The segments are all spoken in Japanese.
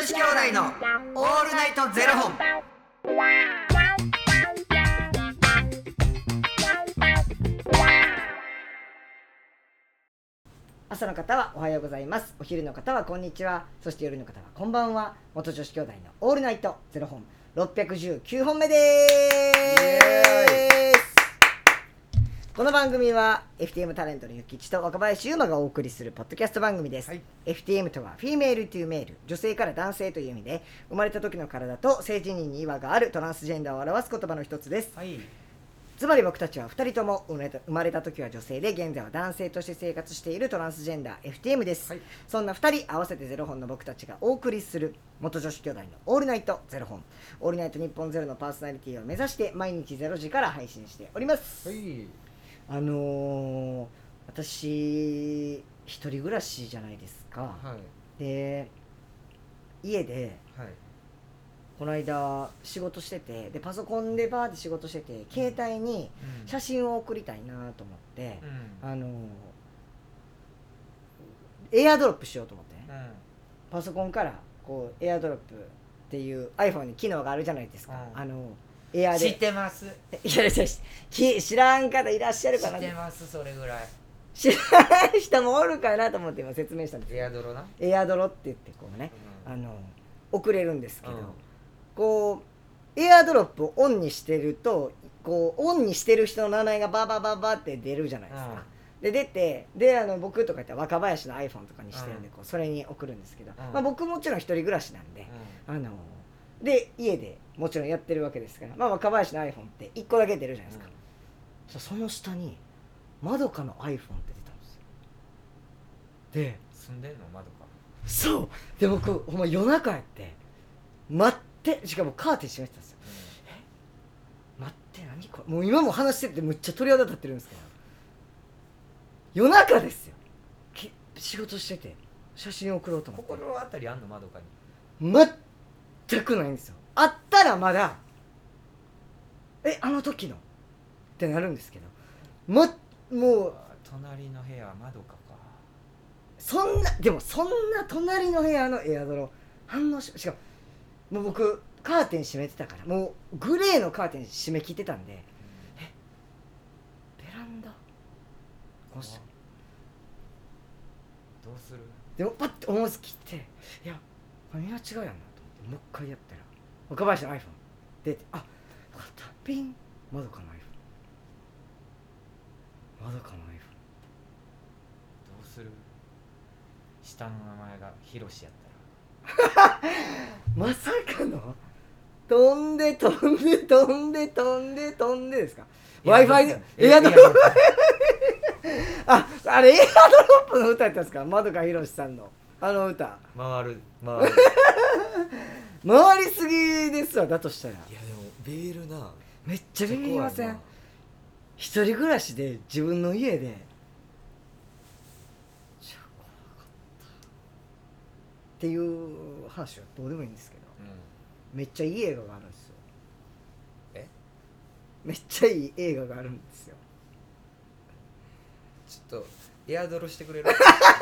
子兄弟のオールナイトゼロ本。 朝の方はおはようございます。お昼の方はこんにちは。そして夜の方はこんばんは。元女子兄弟のオールナイトゼロ本619本目です。この番組は FTM タレントのゆきちと若林優馬がお送りするポッドキャスト番組です、はい、FTM とはフィメールトゥーメール、女性から男性という意味で、生まれた時の体と性自認に違和があるトランスジェンダーを表す言葉の一つです、はい、つまり僕たちは2人とも生まれた時は女性で現在は男性として生活しているトランスジェンダー FTM です、はい、そんな2人合わせてゼロ本の僕たちがお送りする元女子兄弟のオールナイトゼロ本、オールナイト日本ゼロのパーソナリティを目指して毎日0時から配信しております、はい。私一人暮らしじゃないですか、はい、で家で、はい、この間仕事してて、でパソコンでバーで仕事してて、携帯に写真を送りたいなと思って、エアドロップしようと思ってね、パソコンからこうエアドロップっていう iPhone に機能があるじゃないですか、エアで。 知ってます。 いや知らん方いらっしゃるかな。 知ってます。それぐらい知らない人もおるかなと思って今説明したんです。 エアドロな。 エアドロって言ってこうね、送れるんですけど、こうエアドロップをオンにしてると、こうオンにしてる人の名前がババババって出るじゃないですか、で出て、で僕とか言ったら若林の iPhone とかにしてるんで、こうそれに送るんですけど、僕もちろん一人暮らしなんで、で家でもちろんやってるわけですから、若林の iPhone って1個だけ出るじゃないですか、その下にまどかの iPhone って出たんですよ。で住んでんのまどか。 そうで、僕ほんま夜中やって待って、しかもカーテン閉めてたんですよ、待って何これ、もう今も話しててむっちゃ鳥肌立ってるんですけど、夜中ですよ、仕事してて写真送ろうと思って。 心当たりあんのまどかに？全くないんですよ。あったらまだあの時のってなるんですけど、もう隣の部屋はまどかか。 でもそんな隣の部屋のエアドロ反応しかも、もう僕カーテン閉めてたから、もうグレーのカーテン閉め切ってたんで、ベランダどうする。でもパッと思いつきって、いやこれは違うやんなと思って、もう一回やったら若林の iPhone 出て、あ、よかった、ピン、まどかの iPhone、 まどかの iPhone。 どうする。下の名前がヒロシやったらまさかの飛んでですか。 Wi-Fi でエアドロップあれエアドロップの歌やったんですか、まどかひろしさんのあの歌。回りすぎですわ、だとしたら。いやでもベールな、 めっちゃビビりません？一人暮らしで自分の家でっていう話はどうでもいいんですけど、めっちゃいい映画があるんですよ。めっちゃいい映画があるんですよ。 ちょっとエアドロしてくれる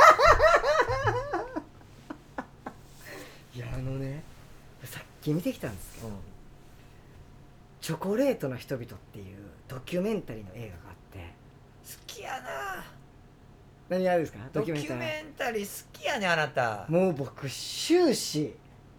いやさっき見てきたんですけど、チョコレートの人々っていうドキュメンタリーの映画があって。 好きやな。 何あるんですか？ ドキュメンタリー好きやねあなた。 もう僕終始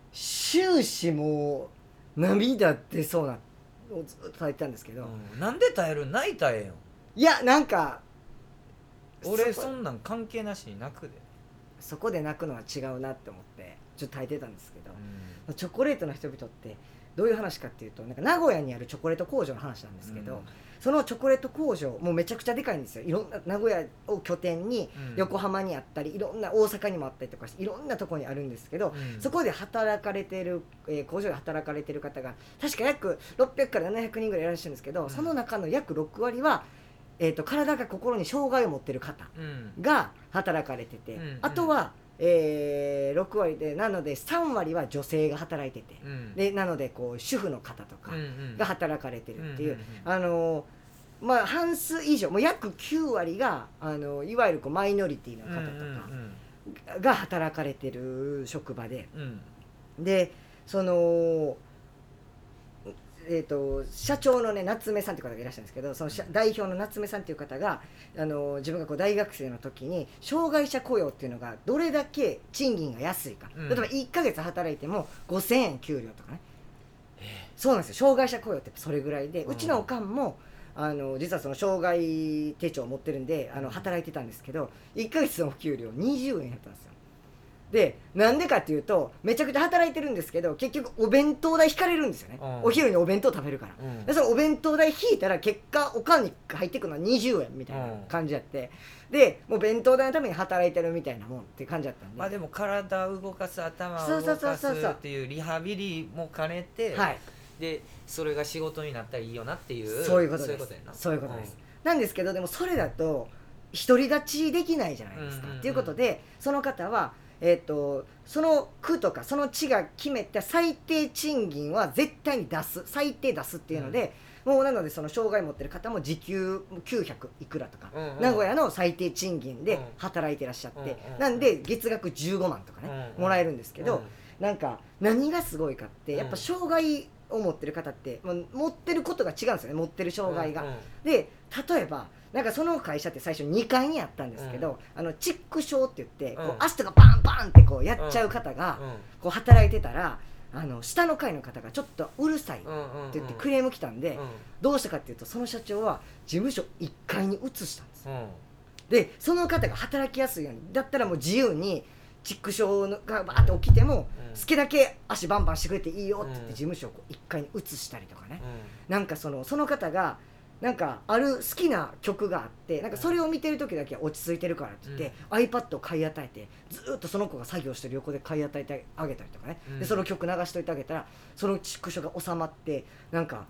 もう涙出そうなをずっと耐えてたんですけど、 なんで耐える？泣いたらええよ。 いやなんか俺そんなん関係なしに泣くで。 そこで泣くのは違うなって思ってちょっと耐えてたんですけど、チョコレートの人々ってどういう話かっていうと、なんか名古屋にあるチョコレート工場の話なんですけど、そのチョコレート工場もうめちゃくちゃでかいんですよ。いろんな名古屋を拠点に横浜にあったり、いろんな大阪にもあったりとかして、いろんなところにあるんですけど、そこで働かれてる、工場で働かれてる方が確か約600から700人ぐらいいらっしゃるんですけど、その中の約6割は体が心に障害を持ってる方が働かれてて、あとは6割で、なので3割は女性が働いてて、でなのでこう主婦の方とかが働かれてるっていう、半数以上、もう約9割がいわゆるこうマイノリティの方とかが働かれてる職場で、 でその社長のね夏目さんっていう方がいらっしゃるんですけど、その代表の夏目さんっていう方が自分がこう大学生の時に障害者雇用っていうのがどれだけ賃金が安いか、例えば1ヶ月働いても5000円給料とかね、そうなんですよ。障害者雇用ってそれぐらいで、うちのおかんも実はその障害手帳を持ってるんで働いてたんですけど、1ヶ月のお給料20円やったんですよ。でなんでかっていうとめちゃくちゃ働いてるんですけど、結局お弁当代引かれるんですよね、お昼にお弁当食べるから、でそのお弁当代引いたら結果おかんに入ってくるのは20円みたいな感じやって、でもう弁当代のために働いてるみたいなもんって感じだったんで、 まあでも体を動かす、頭を動かすっていうリハビリも兼ねて、はい、でそれが仕事になったらいいよなっていう、 そういうことです。 そういうことです、なんですけど、でもそれだと独り立ちできないじゃないですか、っていうことでその方はその区とかその地が決めた最低賃金は絶対に出す、最低出すっていうので、もうなのでその障害持ってる方も時給900いくらとか、名古屋の最低賃金で働いてらっしゃって、なんで月額15万とかね、もらえるんですけど、なんか何がすごいかってやっぱ障害を持ってる方って持ってることが違うんですよね、持ってる障害が、で例えばなんかその会社って最初2階にあったんですけど、チック症って言ってこう足とかバンバンってこうやっちゃう方がこう働いてたら、下の階の方がちょっとうるさいって言ってクレーム来たんで、どうしたかっていうとその社長は事務所1階に移したんです、でその方が働きやすいように、だったらもう自由にチック症がバーって起きても好きだけ足バンバンしてくれていいよって言って事務所をこう1階に移したりとかね、なんかその方がなんかある好きな曲があって、なんかそれを見てる時だけは落ち着いてるからって言って、iPad を買い与えてずっとその子が作業してる横で買い与えてあげたりとかね、でその曲流しといてあげたらそのチック症が収まってなんか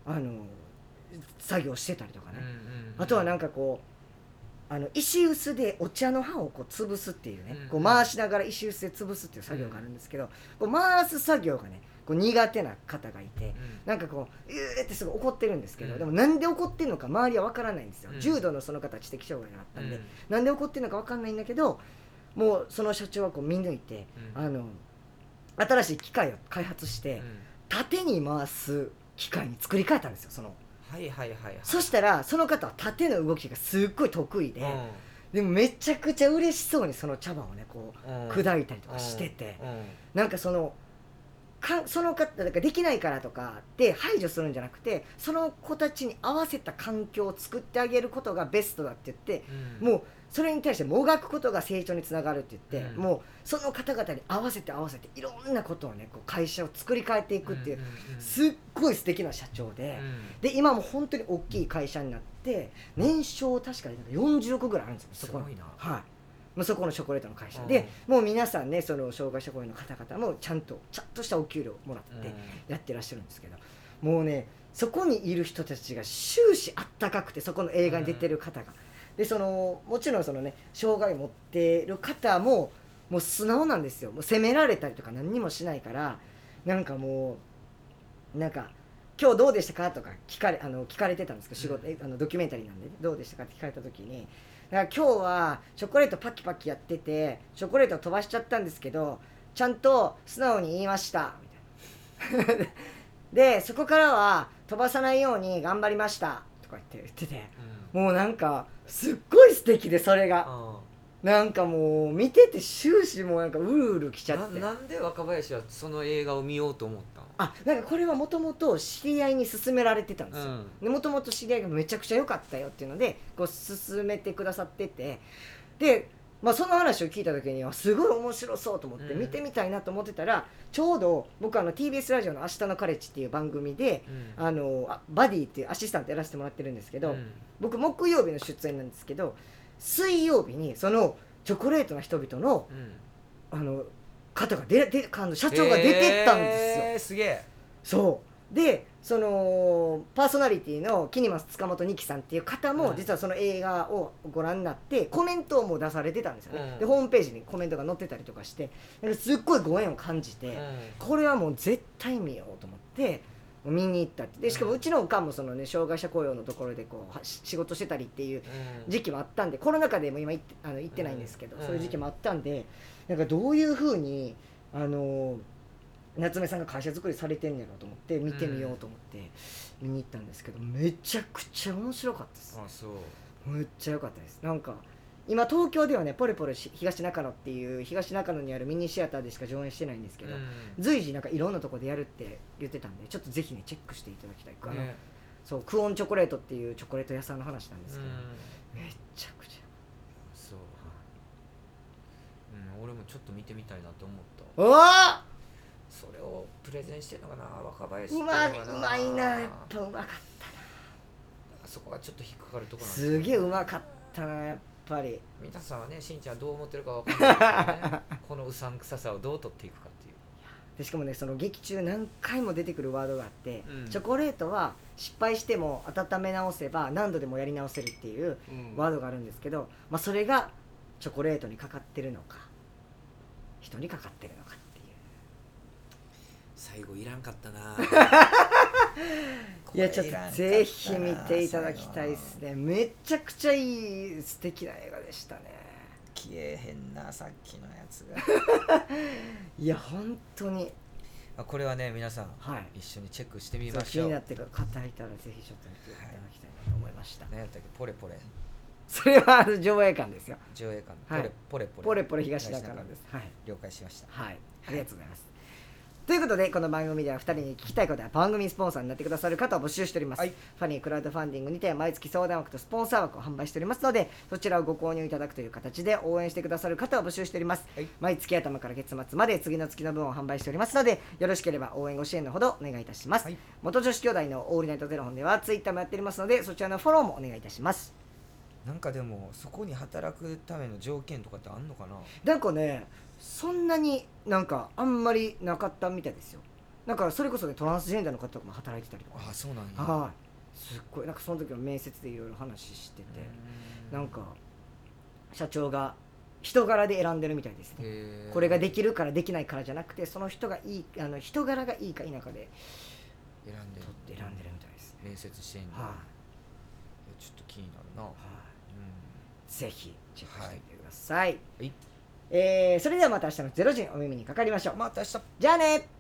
作業してたりとかね、あとはなんかこう石臼でお茶の葉をこう潰すっていうね、こう回しながら石臼で潰すっていう作業があるんですけど、こう回す作業がねこう苦手な方がいて、なんかこうってすごい怒ってるんですけど、でもなんで怒ってるのか周りは分からないんですよ、重度のその方知的障害があったんで、なんで怒ってるのか分かんないんだけど、もうその社長はこう見抜いて、新しい機械を開発して、縦に回す機械に作り変えたんですよ、そしたらその方は縦の動きがすっごい得意で、でもめちゃくちゃ嬉しそうにその茶葉をねこう砕いたりとかしてて、なんかその方だからできないからとかで排除するんじゃなくて、その子たちに合わせた環境を作ってあげることがベストだって言って、もうそれに対してもがくことが成長につながるって言って、もうその方々に合わせていろんなことをねこう会社を作り変えていくっていう、すっごい素敵な社長で、で今も本当に大きい会社になって年商確か40億ぐらいあるんですよ、そこに。そこのチョコレートの会社で、もう皆さんねその障害者雇用の方々もちゃんとしたお給料をもらってやってらっしゃるんですけど、もうねそこにいる人たちが終始あったかくて、そこの映画に出てる方が、でもちろんそのね障害を持ってる方ももう素直なんですよ。もう責められたりとか何にもしないから、なんかもうなんか今日どうでしたかとか聞かれてたんですけど、仕事ドキュメンタリーなんで、どうでしたかって聞かれた時に、だから今日はチョコレートパキパキやっててチョコレートを飛ばしちゃったんですけどちゃんと素直に言いましたみたいなでそこからは飛ばさないように頑張りましたとか言ってて、もうなんかすっごい素敵で、それがなんかもう見てて終始もうなんかうるうるきちゃって。 なんで若林はその映画を見ようと思ったの？ なんかこれはもともと知り合いに勧められてたんですよ、もともと知り合いがめちゃくちゃ良かったよっていうのでこう勧めてくださってて、で、その話を聞いた時にはすごい面白そうと思って見てみたいなと思ってたら、ちょうど僕TBS ラジオの明日のカレッジっていう番組で、バディっていうアシスタントやらせてもらってるんですけど、僕木曜日の出演なんですけど、水曜日にそのチョコレートな人々の、方が社長が出てったんですよ。 すげえ。 そうでそのパーソナリティのキニマス塚本二木さんっていう方も実はその映画をご覧になってコメントをもう出されてたんですよね、でホームページにコメントが載ってたりとかして、すっごいご縁を感じて、これはもう絶対見ようと思って見に行ったって。でしかもうちのおかんもその、ね、障害者雇用のところでこう仕事してたりっていう時期もあったんで、コロナ禍でも今行ってないんですけど、そういう時期もあったんで、なんかどういう風に夏目さんが会社作りされてんねやろと思って見てみようと思って見に行ったんですけど、めちゃくちゃ面白かったです。 あ、そうめっちゃ良かったです。なんか今東京ではねポレポレ東中野っていう東中野にあるミニシアターでしか上演してないんですけど、随時なんかいろんなとこでやるって言ってたんで、ちょっとぜひねチェックしていただきたい。そうクオンチョコレートっていうチョコレート屋さんの話なんですけど、めっちゃくちゃそう、俺もちょっと見てみたいなと思った。 おー、 それをプレゼンしてるのかな、若林っていううまいな、やっぱうまかったな。 そこがちょっと引っかかるところなんですげえうまかったな、やっぱり。 皆さんはね、しんちゃんどう思ってるかわかんないですけどねこのうさんくささをどう取っていくかっていう。 でしかもね、その劇中何回も出てくるワードがあって、チョコレートは失敗しても温め直せば何度でもやり直せるっていうワードがあるんですけど、それがチョコレートにかかってるのか人にかかってるのかっていう。 最後いらんかったな。 いやちょっとぜひ見ていただきたいですね。めちゃくちゃいい素敵な映画でしたね。 消えへんな、さっきのやつがいや本当にこれはね、皆さん、一緒にチェックしてみましょう。 気になってる方いたらぜひちょっと見ていただきたいなと思いました。 何やったっけ、ポレポレ、 それは上映館ですよ。 上映館、ポレポレ東中野です。 了解しました。 はい、ありがとうございます。ということでこの番組では2人に聞きたいことや番組スポンサーになってくださる方を募集しております。ファニークラウドファンディングにて毎月相談枠とスポンサー枠を販売しておりますので、そちらをご購入いただくという形で応援してくださる方を募集しております。毎月頭から月末まで次の月の分を販売しておりますので、よろしければ応援ご支援のほどお願いいたします。元女子兄弟のオールナイトゼロ本ではツイッターもやっておりますので、そちらのフォローもお願いいたします。 なんかでもそこに働くための条件とかってあんのかな。 なんかね、そんなになんかあんまりなかったみたいですよ。なんかそれこそね、トランスジェンダーの方とかも働いてたりとか。 あ、そうなんや。 すっごいなんかその時の面接でいろいろ話してて、なんか社長が人柄で選んでるみたいですね。これができるからできないからじゃなくて、その人がいい人柄がいいか否かで選んでるみたいです。面接してんの。ちょっと気になるな。 ぜひチェックしてみてください。それではまた明日の0時にお耳にかかりましょう。 また明日。 じゃあね。